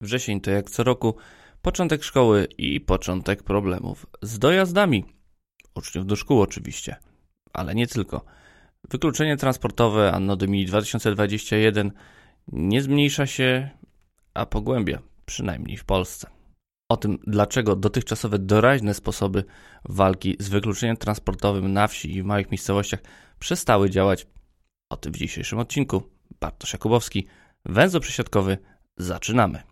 Wrzesień to jak co roku początek szkoły i początek problemów z dojazdami. Uczniów do szkół oczywiście, ale nie tylko. Wykluczenie transportowe Anno Domini 2021 nie zmniejsza się, a pogłębia, przynajmniej w Polsce. O tym, dlaczego dotychczasowe doraźne sposoby walki z wykluczeniem transportowym na wsi i w małych miejscowościach przestały działać, o tym w dzisiejszym odcinku. Bartosz Jakubowski, Węzeł Przesiadkowy, zaczynamy.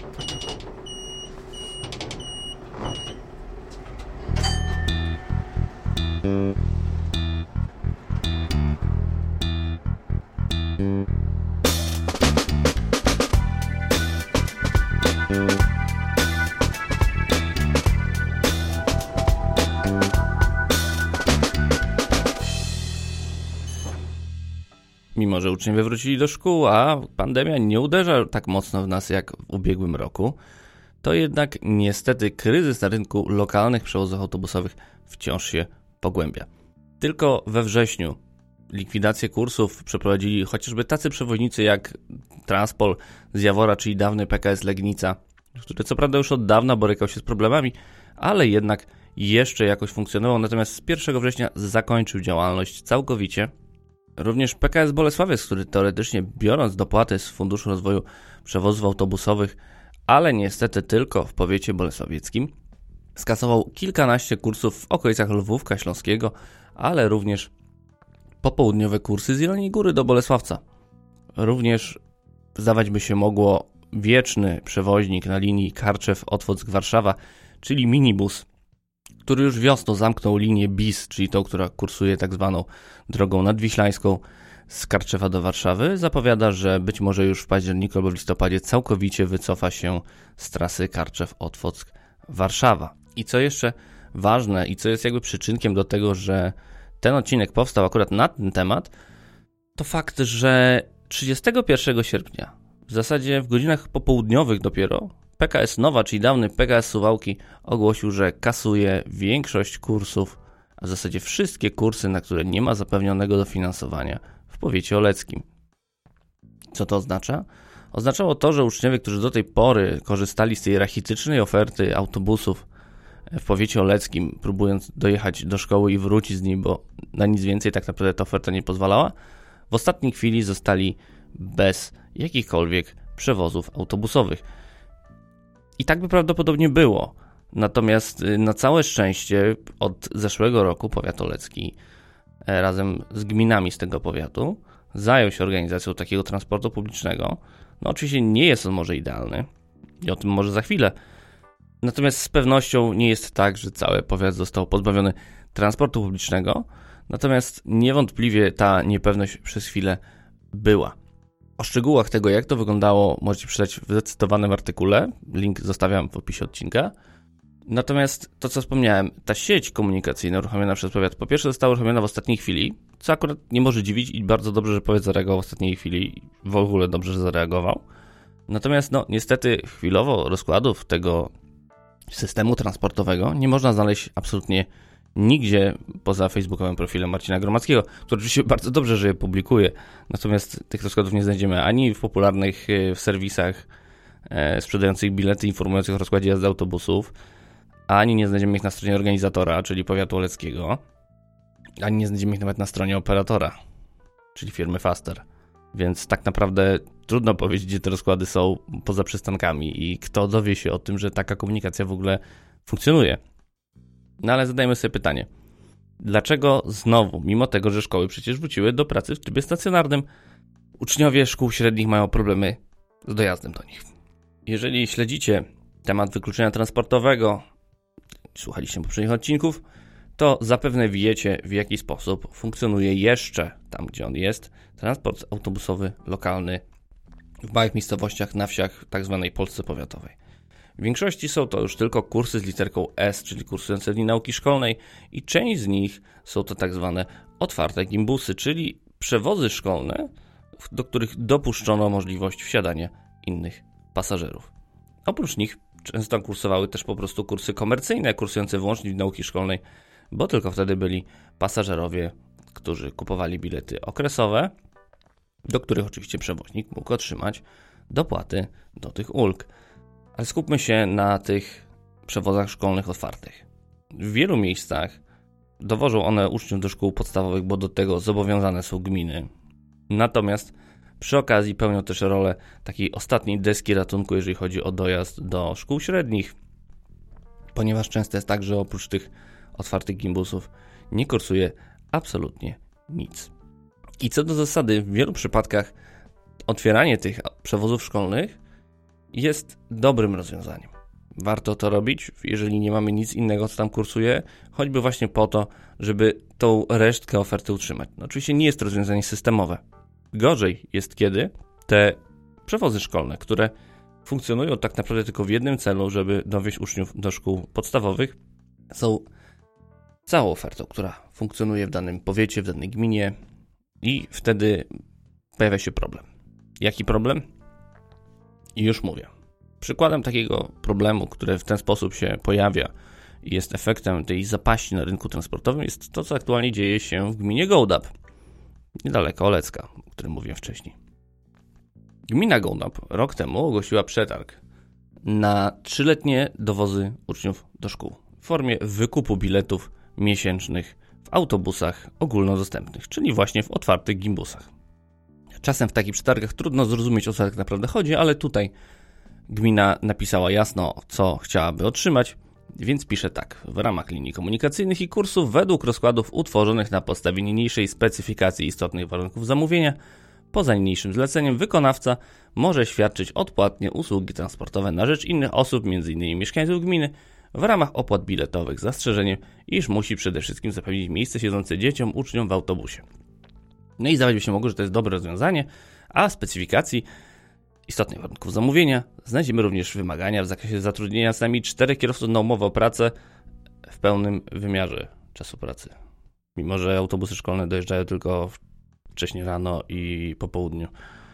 Mimo że uczniowie wrócili do szkół, a pandemia nie uderza tak mocno w nas jak w ubiegłym roku, to jednak niestety kryzys na rynku lokalnych przewozów autobusowych wciąż się pogłębia. Tylko we wrześniu likwidację kursów przeprowadzili chociażby tacy przewoźnicy jak Transpol z Jawora, czyli dawny PKS Legnica, który co prawda już od dawna borykał się z problemami, ale jednak jeszcze jakoś funkcjonował, natomiast z 1 września zakończył działalność całkowicie. Również PKS Bolesławiec, który teoretycznie biorąc dopłaty z Funduszu Rozwoju Przewozów Autobusowych, ale niestety tylko w powiecie bolesławieckim, skasował kilkanaście kursów w okolicach Lwówka Śląskiego, ale również popołudniowe kursy z Jeleniej Góry do Bolesławca. Również zdawać by się mogło wieczny przewoźnik na linii Karczew-Otwock-Warszawa, czyli minibus, który już wiosną zamknął linię BIS, czyli tą, która kursuje tak zwaną drogą nadwiślańską z Karczewa do Warszawy, zapowiada, że być może już w październiku albo w listopadzie całkowicie wycofa się z trasy Karczew-Otwock-Warszawa. I co jeszcze ważne i co jest jakby przyczynkiem do tego, że ten odcinek powstał akurat na ten temat, to fakt, że 31 sierpnia, w zasadzie w godzinach popołudniowych dopiero, PKS Nowa, czyli dawny PKS Suwałki, ogłosił, że kasuje większość kursów, a w zasadzie wszystkie kursy, na które nie ma zapewnionego dofinansowania w powiecie oleckim. Co to oznacza? Oznaczało to, że uczniowie, którzy do tej pory korzystali z tej rachitycznej oferty autobusów w powiecie oleckim, próbując dojechać do szkoły i wrócić z niej, bo na nic więcej tak naprawdę ta oferta nie pozwalała, w ostatniej chwili zostali bez jakichkolwiek przewozów autobusowych. I tak by prawdopodobnie było. Natomiast na całe szczęście od zeszłego roku powiat olecki razem z gminami z tego powiatu zajął się organizacją takiego transportu publicznego. No oczywiście nie jest on może idealny i o tym może za chwilę. Natomiast z pewnością nie jest tak, że cały powiat został pozbawiony transportu publicznego. Natomiast niewątpliwie ta niepewność przez chwilę była. O szczegółach tego, jak to wyglądało, możecie przeczytać w zdecydowanym artykule. Link zostawiam w opisie odcinka. Natomiast to, co wspomniałem, ta sieć komunikacyjna uruchomiona przez powiat, po pierwsze została uruchomiona w ostatniej chwili, co akurat nie może dziwić i bardzo dobrze, że powiat zareagował w ostatniej chwili. W ogóle dobrze, że zareagował. Natomiast niestety chwilowo rozkładów tego systemu transportowego nie można znaleźć absolutnie nigdzie poza facebookowym profilem Marcina Gromackiego, który oczywiście bardzo dobrze, że je publikuje. Natomiast tych rozkładów nie znajdziemy ani w popularnych serwisach sprzedających bilety informujących o rozkładzie jazdy autobusów, ani nie znajdziemy ich na stronie organizatora, czyli powiatu oleckiego, ani nie znajdziemy ich nawet na stronie operatora, czyli firmy Faster. Więc tak naprawdę trudno powiedzieć, gdzie te rozkłady są poza przystankami i kto dowie się o tym, że taka komunikacja w ogóle funkcjonuje. No ale zadajmy sobie pytanie, dlaczego znowu, mimo tego, że szkoły przecież wróciły do pracy w trybie stacjonarnym, uczniowie szkół średnich mają problemy z dojazdem do nich? Jeżeli śledzicie temat wykluczenia transportowego, słuchaliście poprzednich odcinków, to zapewne wiecie, w jaki sposób funkcjonuje jeszcze tam, gdzie on jest, transport autobusowy lokalny w małych miejscowościach, na wsiach, tak zwanej Polsce powiatowej. W większości są to już tylko kursy z literką S, czyli kursujące w linii nauki szkolnej i część z nich są to tak zwane otwarte gimbusy, czyli przewozy szkolne, do których dopuszczono możliwość wsiadania innych pasażerów. Oprócz nich często kursowały też po prostu kursy komercyjne, kursujące wyłącznie w nauki szkolnej, bo tylko wtedy byli pasażerowie, którzy kupowali bilety okresowe, do których oczywiście przewoźnik mógł otrzymać dopłaty do tych ulg. Ale skupmy się na tych przewozach szkolnych otwartych. W wielu miejscach dowożą one uczniów do szkół podstawowych, bo do tego zobowiązane są gminy. Natomiast przy okazji pełnią też rolę takiej ostatniej deski ratunku, jeżeli chodzi o dojazd do szkół średnich, ponieważ często jest tak, że oprócz tych otwartych gimbusów nie kursuje absolutnie nic. I co do zasady, w wielu przypadkach otwieranie tych przewozów szkolnych jest dobrym rozwiązaniem. Warto to robić, jeżeli nie mamy nic innego, co tam kursuje, choćby właśnie po to, żeby tą resztkę oferty utrzymać. No, oczywiście nie jest to rozwiązanie systemowe. Gorzej jest, kiedy te przewozy szkolne, które funkcjonują tak naprawdę tylko w jednym celu, żeby dowieźć uczniów do szkół podstawowych, są całą ofertą, która funkcjonuje w danym powiecie, w danej gminie i wtedy pojawia się problem. Jaki problem? I już mówię. Przykładem takiego problemu, który w ten sposób się pojawia i jest efektem tej zapaści na rynku transportowym, jest to, co aktualnie dzieje się w gminie Gołdap, niedaleko Olecka, o którym mówiłem wcześniej. Gmina Gołdap rok temu ogłosiła przetarg na 3-letnie dowozy uczniów do szkół w formie wykupu biletów miesięcznych w autobusach ogólnodostępnych, czyli właśnie w otwartych gimbusach. Czasem w takich przetargach trudno zrozumieć, o co tak naprawdę chodzi, ale tutaj gmina napisała jasno, co chciałaby otrzymać, więc pisze tak. W ramach linii komunikacyjnych i kursów według rozkładów utworzonych na podstawie niniejszej specyfikacji istotnych warunków zamówienia, poza niniejszym zleceniem wykonawca może świadczyć odpłatnie usługi transportowe na rzecz innych osób, m.in. mieszkańców gminy, w ramach opłat biletowych, z zastrzeżeniem, iż musi przede wszystkim zapewnić miejsce siedzące dzieciom, uczniom w autobusie. No i zdawać by się mogło, że to jest dobre rozwiązanie, a w specyfikacji istotnych warunków zamówienia znajdziemy również wymagania w zakresie zatrudnienia co najmniej 4 kierowców na umowę o pracę w pełnym wymiarze czasu pracy. Mimo że autobusy szkolne dojeżdżają tylko wcześnie rano i po południu.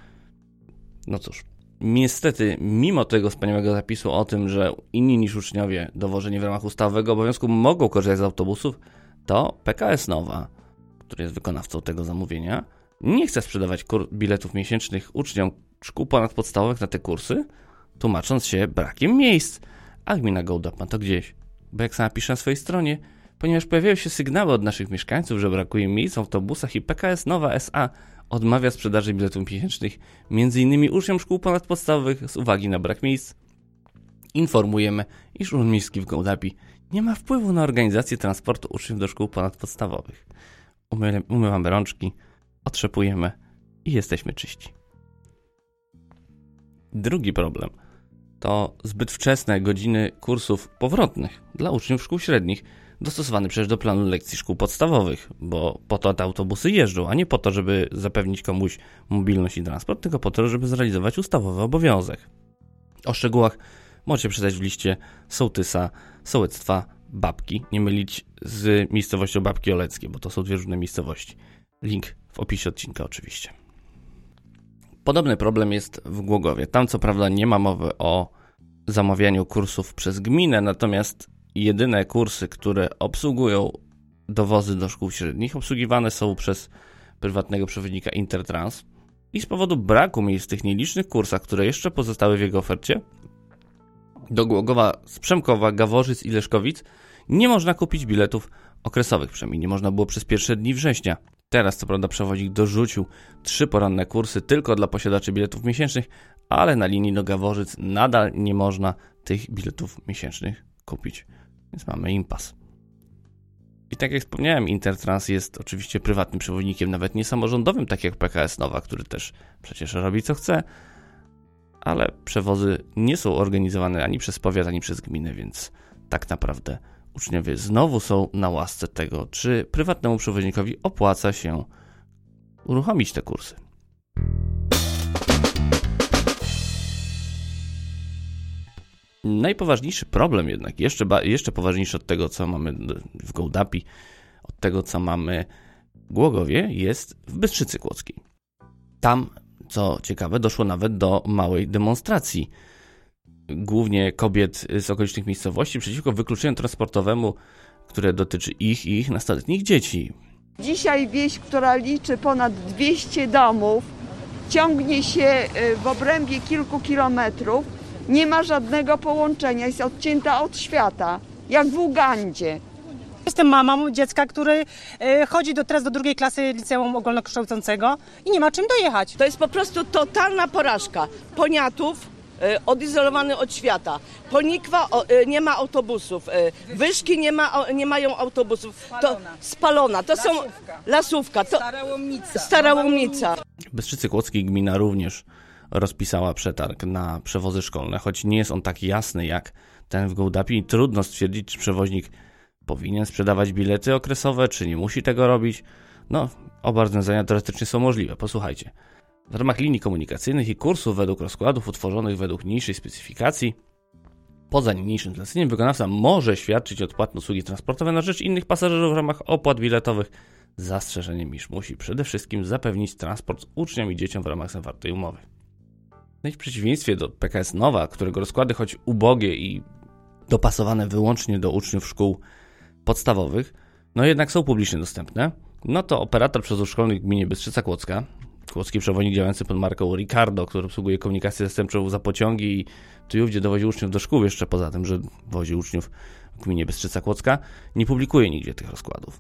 No cóż, niestety, mimo tego wspaniałego zapisu o tym, że inni niż uczniowie dowożeni w ramach ustawowego obowiązku mogą korzystać z autobusów, to PKS Nowa, który jest wykonawcą tego zamówienia, nie chce sprzedawać biletów miesięcznych uczniom szkół ponadpodstawowych na te kursy, tłumacząc się brakiem miejsc, a gmina Gołdap ma to gdzieś. Bo jak sama pisze na swojej stronie, ponieważ pojawiają się sygnały od naszych mieszkańców, że brakuje miejsc w autobusach i PKS Nowa S.A. odmawia sprzedaży biletów miesięcznych m.in. uczniom szkół ponadpodstawowych z uwagi na brak miejsc, informujemy, iż Urząd Miejski w Gołdapi nie ma wpływu na organizację transportu uczniów do szkół ponadpodstawowych. Umywamy rączki, otrzepujemy i jesteśmy czyści. Drugi problem to zbyt wczesne godziny kursów powrotnych dla uczniów szkół średnich, dostosowane przecież do planu lekcji szkół podstawowych, bo po to te autobusy jeżdżą, a nie po to, żeby zapewnić komuś mobilność i transport, tylko po to, żeby zrealizować ustawowy obowiązek. O szczegółach możecie przeczytać w liście sołtysa sołectwa Babki, nie mylić z miejscowością Babki Oleckie, bo to są dwie różne miejscowości. Link w opisie odcinka oczywiście. Podobny problem jest w Głogowie. Tam co prawda nie ma mowy o zamawianiu kursów przez gminę, natomiast jedyne kursy, które obsługują dowozy do szkół średnich, obsługiwane są przez prywatnego przewoźnika Intertrans i z powodu braku miejsc w tych nielicznych kursach, które jeszcze pozostały w jego ofercie, do Głogowa z Przemkowa, Gaworzyc i Leszkowic nie można kupić biletów okresowych, przynajmniej nie można było przez pierwsze dni września. Teraz co prawda przewoźnik dorzucił 3 poranne kursy tylko dla posiadaczy biletów miesięcznych, ale na linii do Gaworzyc nadal nie można tych biletów miesięcznych kupić, więc mamy impas. I tak jak wspomniałem, Intertrans jest oczywiście prywatnym przewoźnikiem, nawet nie samorządowym, tak jak PKS Nowa, który też przecież robi co chce, ale przewozy nie są organizowane ani przez powiat, ani przez gminę, więc tak naprawdę uczniowie znowu są na łasce tego, czy prywatnemu przewoźnikowi opłaca się uruchomić te kursy. Najpoważniejszy problem jednak, jeszcze poważniejszy od tego, co mamy w Gołdapi, od tego, co mamy w Głogowie, jest w Bystrzycy Kłodzkiej. Tam, co ciekawe, doszło nawet do małej demonstracji, głównie kobiet z okolicznych miejscowości, przeciwko wykluczeniu transportowemu, które dotyczy ich i ich nastoletnich dzieci. Dzisiaj wieś, która liczy ponad 200 domów, ciągnie się w obrębie kilku kilometrów Nie ma żadnego połączenia, jest odcięta od świata, jak w Ugandzie. Jestem mamą dziecka, który chodzi teraz do 2. klasy liceum ogólnokształcącego i nie ma czym dojechać. To jest po prostu totalna porażka. Poniatów odizolowany od świata. Ponikwa nie ma autobusów. Wyszki nie mają autobusów. To spalona. To są Lasówka. To Stara Łomnica. W Bystrzycy Kłodzkiej gmina również rozpisała przetarg na przewozy szkolne, choć nie jest on tak jasny jak ten w Gołdapi. Trudno stwierdzić, czy przewoźnik powinien sprzedawać bilety okresowe, czy nie musi tego robić. No, oba rozwiązania teoretycznie są możliwe. Posłuchajcie. W ramach linii komunikacyjnych i kursów według rozkładów utworzonych według niniejszej specyfikacji, poza niniejszym zleceniem wykonawca może świadczyć odpłatne usługi transportowe na rzecz innych pasażerów w ramach opłat biletowych, z zastrzeżeniem, iż musi przede wszystkim zapewnić transport uczniom i dzieciom w ramach zawartej umowy. No i w przeciwieństwie do PKS Nowa, którego rozkłady choć ubogie i dopasowane wyłącznie do uczniów szkół podstawowych, no jednak są publicznie dostępne, no to operator przewozów szkolnych w gminie Bystrzyca Kłodzka, kłodzki przewoźnik działający pod marką Ricardo, który obsługuje komunikację zastępczą za pociągi i tu i ówdzie dowozi uczniów do szkół, jeszcze poza tym, że wozi uczniów w gminie Bystrzyca Kłodzka, nie publikuje nigdzie tych rozkładów.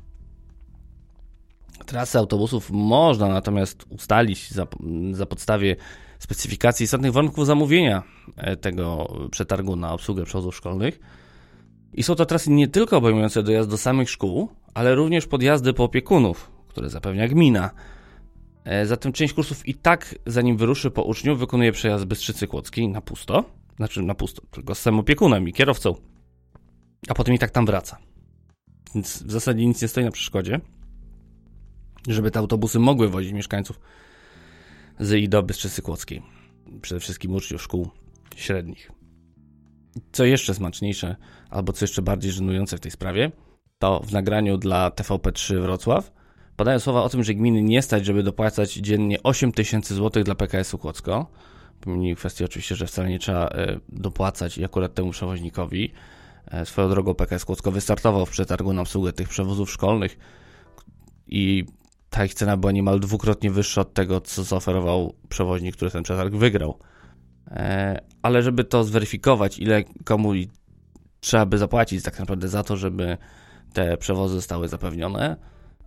Trasy autobusów można natomiast ustalić za podstawie specyfikacji istotnych warunków zamówienia tego przetargu na obsługę przewozów szkolnych. I są to trasy nie tylko obejmujące dojazd do samych szkół, ale również podjazdy po opiekunów, które zapewnia gmina. Zatem część kursów i tak, zanim wyruszy po uczniów, wykonuje przejazd z Bystrzycy Kłodzkiej na pusto, tylko z samym opiekunem i kierowcą, a potem i tak tam wraca. Więc w zasadzie nic nie stoi na przeszkodzie, żeby te autobusy mogły wozić mieszkańców z i do Bystrzycy Kłodzkiej. Przede wszystkim uczniów szkół średnich. Co jeszcze smaczniejsze, albo co jeszcze bardziej żenujące w tej sprawie, to w nagraniu dla TVP3 Wrocław padają słowa o tym, że gminy nie stać, żeby dopłacać dziennie 8 000 złotych dla PKS-u Kłodzko. Pomimo kwestii oczywiście, że wcale nie trzeba dopłacać i akurat temu przewoźnikowi. Swoją drogą PKS Kłodzko wystartował w przetargu na obsługę tych przewozów szkolnych i ta ich cena była niemal dwukrotnie wyższa od tego, co zaoferował przewoźnik, który ten przetarg wygrał. Ale żeby to zweryfikować, ile komu trzeba by zapłacić tak naprawdę za to, żeby te przewozy zostały zapewnione,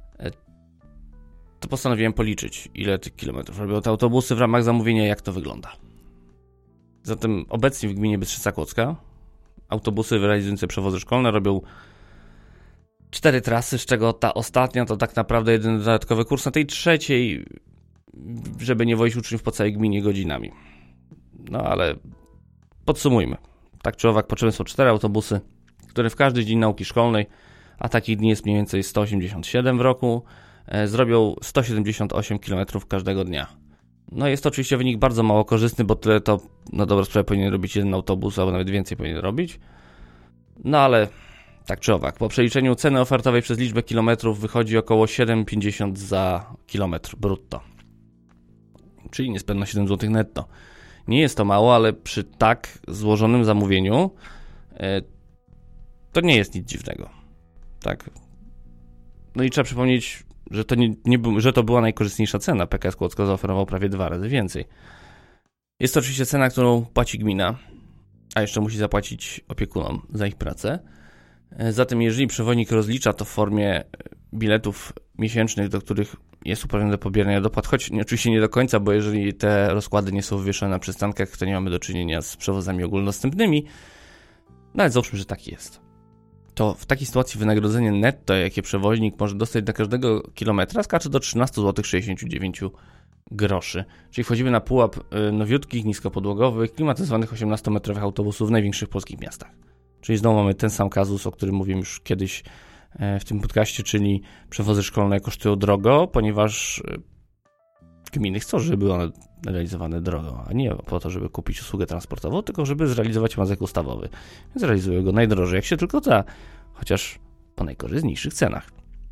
to postanowiłem policzyć, ile tych kilometrów robią te autobusy w ramach zamówienia, jak to wygląda. Zatem obecnie w gminie Bystrzyca Kłodzka autobusy realizujące przewozy szkolne robią 4 trasy, z czego ta ostatnia to tak naprawdę jedyny dodatkowy kurs na tej trzeciej, żeby nie wozić uczniów po całej gminie godzinami. No ale podsumujmy. Tak czy owak potrzebne są 4 autobusy, które w każdy dzień nauki szkolnej, a takich dni jest mniej więcej 187 w roku, zrobią 178 km każdego dnia. No jest to oczywiście wynik bardzo mało korzystny, bo tyle to na dobrą sprawę powinien robić jeden autobus, albo nawet więcej powinien robić. No ale tak czy owak, po przeliczeniu ceny ofertowej przez liczbę kilometrów wychodzi około 7,50 za kilometr brutto. Czyli niespełna 7 zł netto. Nie jest to mało, ale przy tak złożonym zamówieniu to nie jest nic dziwnego. Tak. No i trzeba przypomnieć, że to była najkorzystniejsza cena. PKS Kłodzko zaoferował prawie 2 razy więcej. Jest to oczywiście cena, którą płaci gmina, a jeszcze musi zapłacić opiekunom za ich pracę. Zatem jeżeli przewoźnik rozlicza to w formie biletów miesięcznych, do których jest uprawniony do pobierania dopłat, choć oczywiście nie do końca, bo jeżeli te rozkłady nie są wywieszone na przystankach, to nie mamy do czynienia z przewozami ogólnodostępnymi, no ale załóżmy, że tak jest. To w takiej sytuacji wynagrodzenie netto, jakie przewoźnik może dostać do każdego kilometra, skacze do 13,69 zł. Czyli wchodzimy na pułap nowiutkich, niskopodłogowych, klimatyzowanych 18-metrowych autobusów w największych polskich miastach. Czyli znowu mamy ten sam kazus, o którym mówiłem już kiedyś w tym podcaście, czyli przewozy szkolne kosztują drogo, ponieważ gminy chcą, żeby były one realizowane drogo, a nie po to, żeby kupić usługę transportową, tylko żeby zrealizować mazek ustawowy. Więc realizują go najdrożej, jak się tylko da, chociaż po najkorzystniejszych cenach.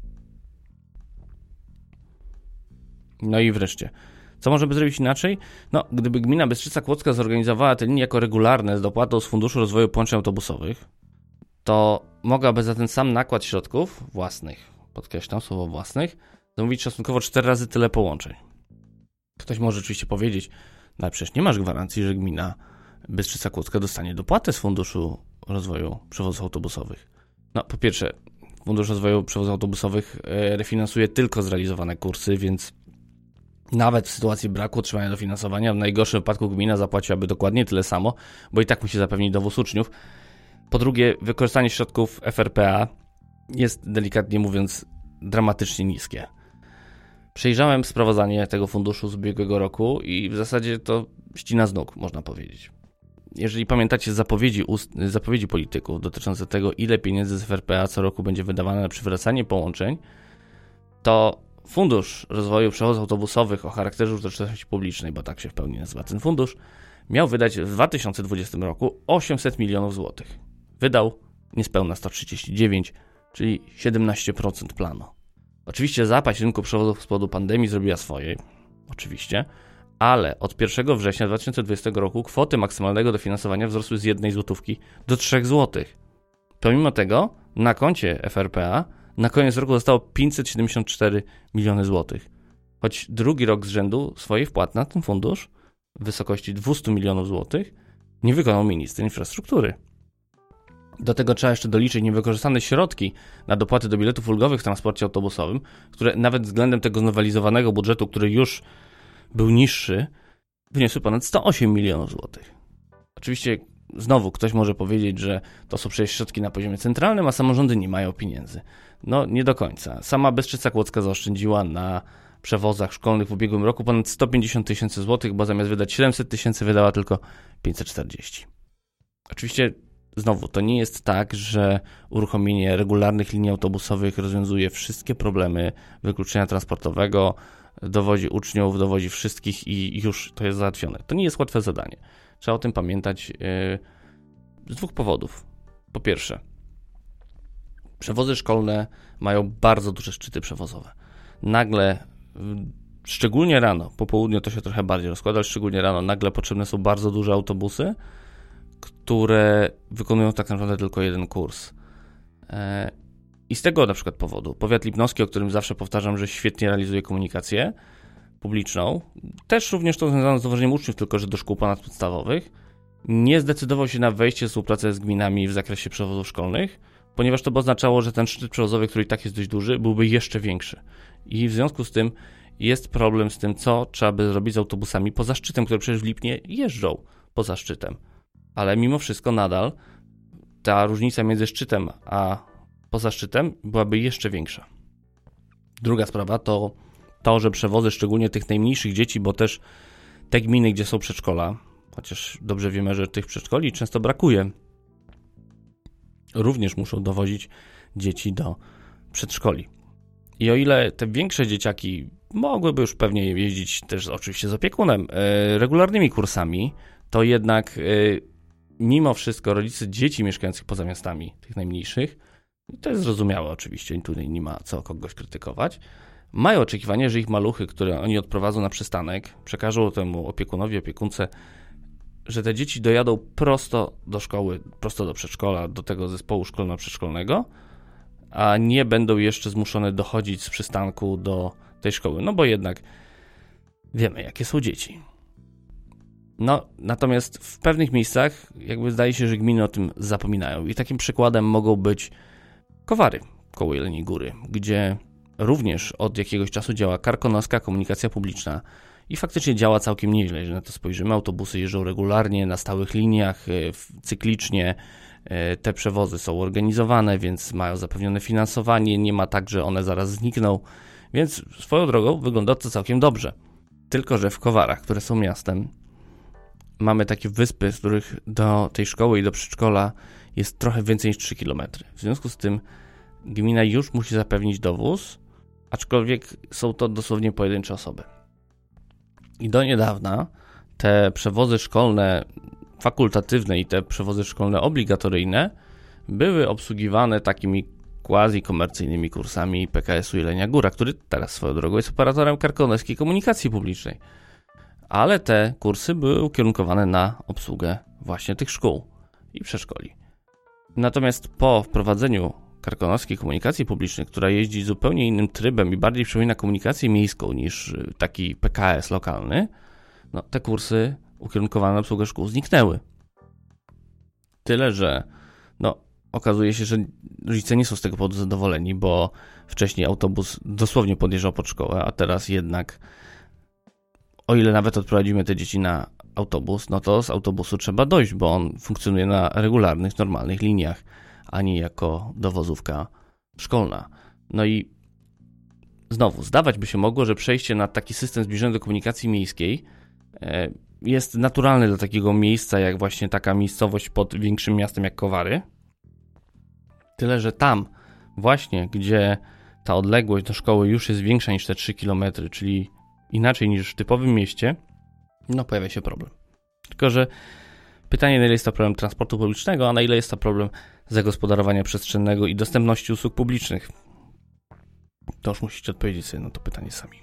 No i wreszcie, co możemy zrobić inaczej? No, gdyby gmina Bystrzyca Kłodzka zorganizowała te linie jako regularne z dopłatą z Funduszu Rozwoju Połączeń Autobusowych, to mogłaby za ten sam nakład środków własnych, podkreślam słowo własnych, zamówić szacunkowo 4 razy tyle połączeń. Ktoś może oczywiście powiedzieć, no ale przecież nie masz gwarancji, że gmina Bystrzyca Kłodzka dostanie dopłatę z Funduszu Rozwoju Przewozów Autobusowych. No, po pierwsze, Fundusz Rozwoju Przewozów Autobusowych refinansuje tylko zrealizowane kursy, więc nawet w sytuacji braku otrzymania dofinansowania, w najgorszym wypadku gmina zapłaciłaby dokładnie tyle samo, bo i tak musi zapewnić dowóz uczniów. Po drugie, wykorzystanie środków FRPA jest, delikatnie mówiąc, dramatycznie niskie. Przejrzałem sprawozdanie tego funduszu z ubiegłego roku i w zasadzie to ścina z nóg, można powiedzieć. Jeżeli pamiętacie zapowiedzi polityków dotyczące tego, ile pieniędzy z FRPA co roku będzie wydawane na przywracanie połączeń, to Fundusz Rozwoju Przewozów Autobusowych o charakterze użyteczności publicznej, bo tak się w pełni nazywa ten fundusz, miał wydać w 2020 roku 800 milionów złotych. Wydał niespełna 139, czyli 17% planu. Oczywiście zapaść rynku przewozów z powodu pandemii zrobiła swoje, oczywiście, ale od 1 września 2020 roku kwoty maksymalnego dofinansowania wzrosły z 1 złotówki do 3 złotych. Pomimo tego na koncie FRPA na koniec roku zostało 574 miliony złotych, choć drugi rok z rzędu swojej wpłaty na ten fundusz w wysokości 200 milionów złotych nie wykonał minister infrastruktury. Do tego trzeba jeszcze doliczyć niewykorzystane środki na dopłaty do biletów ulgowych w transporcie autobusowym, które nawet względem tego znowelizowanego budżetu, który już był niższy, wyniosły ponad 108 milionów złotych. Oczywiście znowu ktoś może powiedzieć, że to są przecież środki na poziomie centralnym, a samorządy nie mają pieniędzy. No nie do końca. Sama Bystrzyca Kłodzka zaoszczędziła na przewozach szkolnych w ubiegłym roku ponad 150 tysięcy złotych, bo zamiast wydać 700 tysięcy wydała tylko 540. Oczywiście znowu, to nie jest tak, że uruchomienie regularnych linii autobusowych rozwiązuje wszystkie problemy wykluczenia transportowego, dowozi uczniów, dowozi wszystkich i już to jest załatwione. To nie jest łatwe zadanie. Trzeba o tym pamiętać z dwóch powodów. Po pierwsze, przewozy szkolne mają bardzo duże szczyty przewozowe. Nagle, szczególnie rano, po południu to się trochę bardziej rozkłada, ale szczególnie rano, nagle potrzebne są bardzo duże autobusy, które wykonują tak naprawdę tylko jeden kurs. I z tego na przykład powodu powiat lipnowski, o którym zawsze powtarzam, że świetnie realizuje komunikację publiczną, też również to związane z dowożeniem uczniów, tylko że do szkół ponadpodstawowych, nie zdecydował się na wejście w współpracę z gminami w zakresie przewozów szkolnych, ponieważ to by oznaczało, że ten szczyt przewozowy, który i tak jest dość duży, byłby jeszcze większy. I w związku z tym jest problem z tym, co trzeba by zrobić z autobusami poza szczytem, które przecież w Lipnie jeżdżą poza szczytem. Ale mimo wszystko nadal ta różnica między szczytem a poza szczytem byłaby jeszcze większa. Druga sprawa to, że przewozy szczególnie tych najmniejszych dzieci, bo też te gminy, gdzie są przedszkola, chociaż dobrze wiemy, że tych przedszkoli często brakuje, również muszą dowozić dzieci do przedszkoli. I o ile te większe dzieciaki mogłyby już pewnie jeździć też oczywiście z opiekunem, regularnymi kursami, to jednak mimo wszystko rodzice dzieci mieszkających poza miastami, tych najmniejszych, to jest zrozumiałe oczywiście, tutaj nie ma co kogoś krytykować, mają oczekiwanie, że ich maluchy, które oni odprowadzą na przystanek, przekażą temu opiekunowi, opiekunce, że te dzieci dojadą prosto do szkoły, prosto do przedszkola, do tego zespołu szkolno-przedszkolnego, a nie będą jeszcze zmuszone dochodzić z przystanku do tej szkoły, no bo jednak wiemy, jakie są dzieci. No, natomiast w pewnych miejscach jakby zdaje się, że gminy o tym zapominają i takim przykładem mogą być Kowary koło Jeleniej Góry, gdzie również od jakiegoś czasu działa karkonoska komunikacja publiczna i faktycznie działa całkiem nieźle, jeżeli na to spojrzymy. Autobusy jeżdżą regularnie, na stałych liniach, cyklicznie. Te przewozy są organizowane, więc mają zapewnione finansowanie. Nie ma tak, że one zaraz znikną, więc swoją drogą wygląda to całkiem dobrze. Tylko że w Kowarach, które są miastem, mamy takie wyspy, z których do tej szkoły i do przedszkola jest trochę więcej niż 3 km. W związku z tym gmina już musi zapewnić dowóz, aczkolwiek są to dosłownie pojedyncze osoby. I do niedawna te przewozy szkolne fakultatywne i te przewozy szkolne obligatoryjne były obsługiwane takimi quasi-komercyjnymi kursami PKS-u Jelenia Góra, który teraz swoją drogą jest operatorem karkonoskiej komunikacji publicznej. Ale te kursy były ukierunkowane na obsługę właśnie tych szkół i przedszkoli. Natomiast po wprowadzeniu karkonoskiej komunikacji publicznej, która jeździ zupełnie innym trybem i bardziej przypomina komunikację miejską niż taki PKS lokalny, no, te kursy ukierunkowane na obsługę szkół zniknęły. Tyle, że okazuje się, że rodzice nie są z tego powodu zadowoleni, bo wcześniej autobus dosłownie podjeżdżał pod szkołę, a teraz jednak, o ile nawet odprowadzimy te dzieci na autobus, to z autobusu trzeba dojść, bo on funkcjonuje na regularnych, normalnych liniach, a nie jako dowozówka szkolna. No i znowu, zdawać by się mogło, że przejście na taki system zbliżony do komunikacji miejskiej jest naturalne dla takiego miejsca, jak właśnie taka miejscowość pod większym miastem jak Kowary. Tyle, że tam właśnie, gdzie ta odległość do szkoły już jest większa niż te 3 km, czyli inaczej niż w typowym mieście, pojawia się problem. Tylko, że pytanie, na ile jest to problem transportu publicznego, a na ile jest to problem zagospodarowania przestrzennego i dostępności usług publicznych. To już musicie odpowiedzieć sobie na to pytanie sami.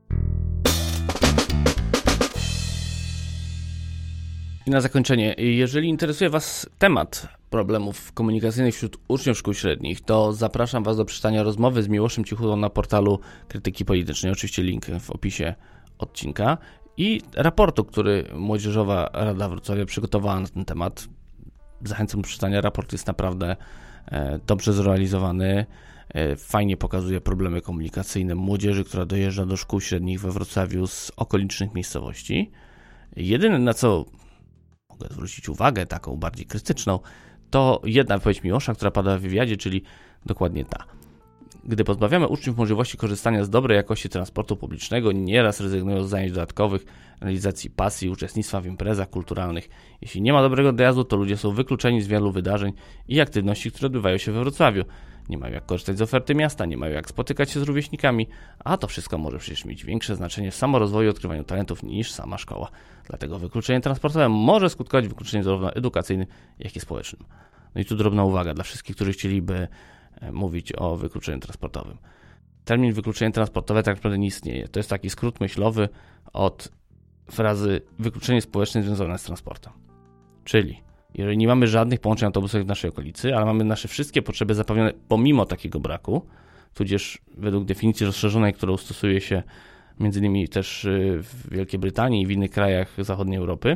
I na zakończenie, jeżeli interesuje Was temat problemów komunikacyjnych wśród uczniów szkół średnich, to zapraszam Was do przeczytania rozmowy z Miłoszem Cichudą na portalu Krytyki Politycznej. Oczywiście link w opisie odcinka. I raportu, który Młodzieżowa Rada Wrocławia przygotowała na ten temat. Zachęcam do przeczytania. Raport jest naprawdę dobrze zrealizowany. Fajnie pokazuje problemy komunikacyjne młodzieży, która dojeżdża do szkół średnich we Wrocławiu z okolicznych miejscowości. Jedyne, na co mogę zwrócić uwagę, taką bardziej krytyczną, to jedna wypowiedź Miłosza, która pada w wywiadzie, czyli dokładnie ta. Gdy pozbawiamy uczniów możliwości korzystania z dobrej jakości transportu publicznego, nieraz rezygnują z zajęć dodatkowych, realizacji pasji, uczestnictwa w imprezach kulturalnych. Jeśli nie ma dobrego dojazdu, to ludzie są wykluczeni z wielu wydarzeń i aktywności, które odbywają się we Wrocławiu. Nie mają jak korzystać z oferty miasta, nie mają jak spotykać się z rówieśnikami, a to wszystko może przecież mieć większe znaczenie w samorozwoju i odkrywaniu talentów niż sama szkoła. Dlatego wykluczenie transportowe może skutkować wykluczeniem zarówno edukacyjnym, jak i społecznym. No i tu drobna uwaga dla wszystkich, którzy chcieliby mówić o wykluczeniu transportowym. Termin wykluczenie transportowe tak naprawdę nie istnieje. To jest taki skrót myślowy od frazy wykluczenie społeczne związane z transportem. Czyli jeżeli nie mamy żadnych połączeń autobusowych w naszej okolicy, ale mamy nasze wszystkie potrzeby zapewnione pomimo takiego braku, tudzież według definicji rozszerzonej, którą stosuje się m.in. też w Wielkiej Brytanii i w innych krajach zachodniej Europy,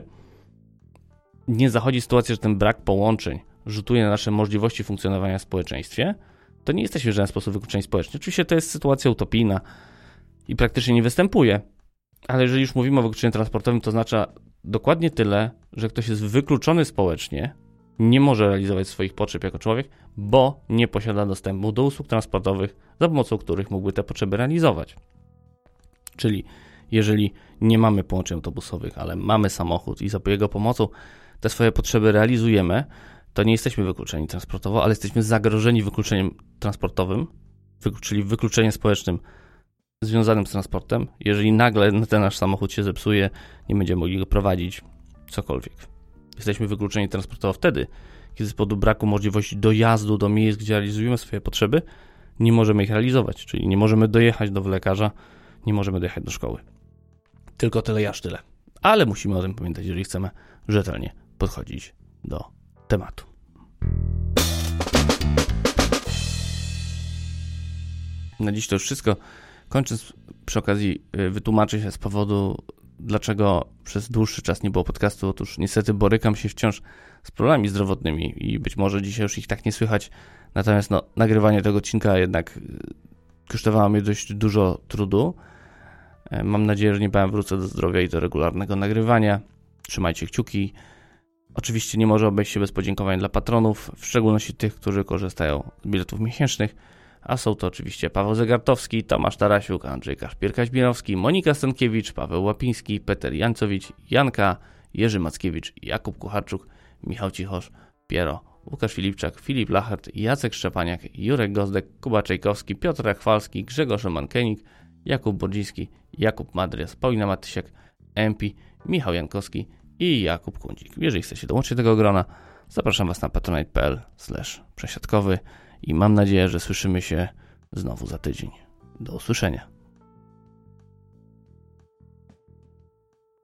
nie zachodzi sytuacja, że ten brak połączeń rzutuje na nasze możliwości funkcjonowania w społeczeństwie, to nie jesteśmy w żaden sposób wykluczeni społecznie. Oczywiście to jest sytuacja utopijna i praktycznie nie występuje, ale jeżeli już mówimy o wykluczeniu transportowym, to oznacza dokładnie tyle, że ktoś jest wykluczony społecznie, nie może realizować swoich potrzeb jako człowiek, bo nie posiada dostępu do usług transportowych, za pomocą których mógłby te potrzeby realizować. Czyli jeżeli nie mamy połączeń autobusowych, ale mamy samochód i za jego pomocą te swoje potrzeby realizujemy, to nie jesteśmy wykluczeni transportowo, ale jesteśmy zagrożeni wykluczeniem transportowym, czyli wykluczeniem społecznym związanym z transportem. Jeżeli nagle ten nasz samochód się zepsuje, nie będziemy mogli go prowadzić, cokolwiek. Jesteśmy wykluczeni transportowo wtedy, kiedy z powodu braku możliwości dojazdu do miejsc, gdzie realizujemy swoje potrzeby, nie możemy ich realizować, czyli nie możemy dojechać do lekarza, nie możemy dojechać do szkoły. Tylko tyle i aż tyle. Ale musimy o tym pamiętać, jeżeli chcemy rzetelnie podchodzić do tematu. Na dziś to już wszystko. Kończąc, przy okazji wytłumaczę się z powodu, dlaczego przez dłuższy czas nie było podcastu. Otóż niestety borykam się wciąż z problemami zdrowotnymi i być może dzisiaj już ich tak nie słychać. Natomiast nagrywanie tego odcinka jednak kosztowało mnie dość dużo trudu. Mam nadzieję, że niebawem wrócę do zdrowia i do regularnego nagrywania. Trzymajcie kciuki. Oczywiście nie może obejść się bez podziękowań dla patronów, w szczególności tych, którzy korzystają z biletów miesięcznych, a są to oczywiście Paweł Zegartowski, Tomasz Tarasiuk, Andrzej Kaszpier-Kaźmirowski, Monika Stankiewicz, Paweł Łapiński, Peter Jancowicz, Janka, Jerzy Mackiewicz, Jakub Kucharczuk, Michał Cichosz, Piero, Łukasz Filipczak, Filip Lachert, Jacek Szczepaniak, Jurek Gozdek, Kuba Czajkowski, Piotr Rachwalski, Grzegorz Mankenik, Jakub Bordziński, Jakub Madrias, Paulina Matysiak, Empi, Michał Jankowski i Jakub Kundzik. Jeżeli chcecie dołączyć do tego grona, zapraszam Was na patronite.pl/przesiadkowy i mam nadzieję, że słyszymy się znowu za tydzień. Do usłyszenia.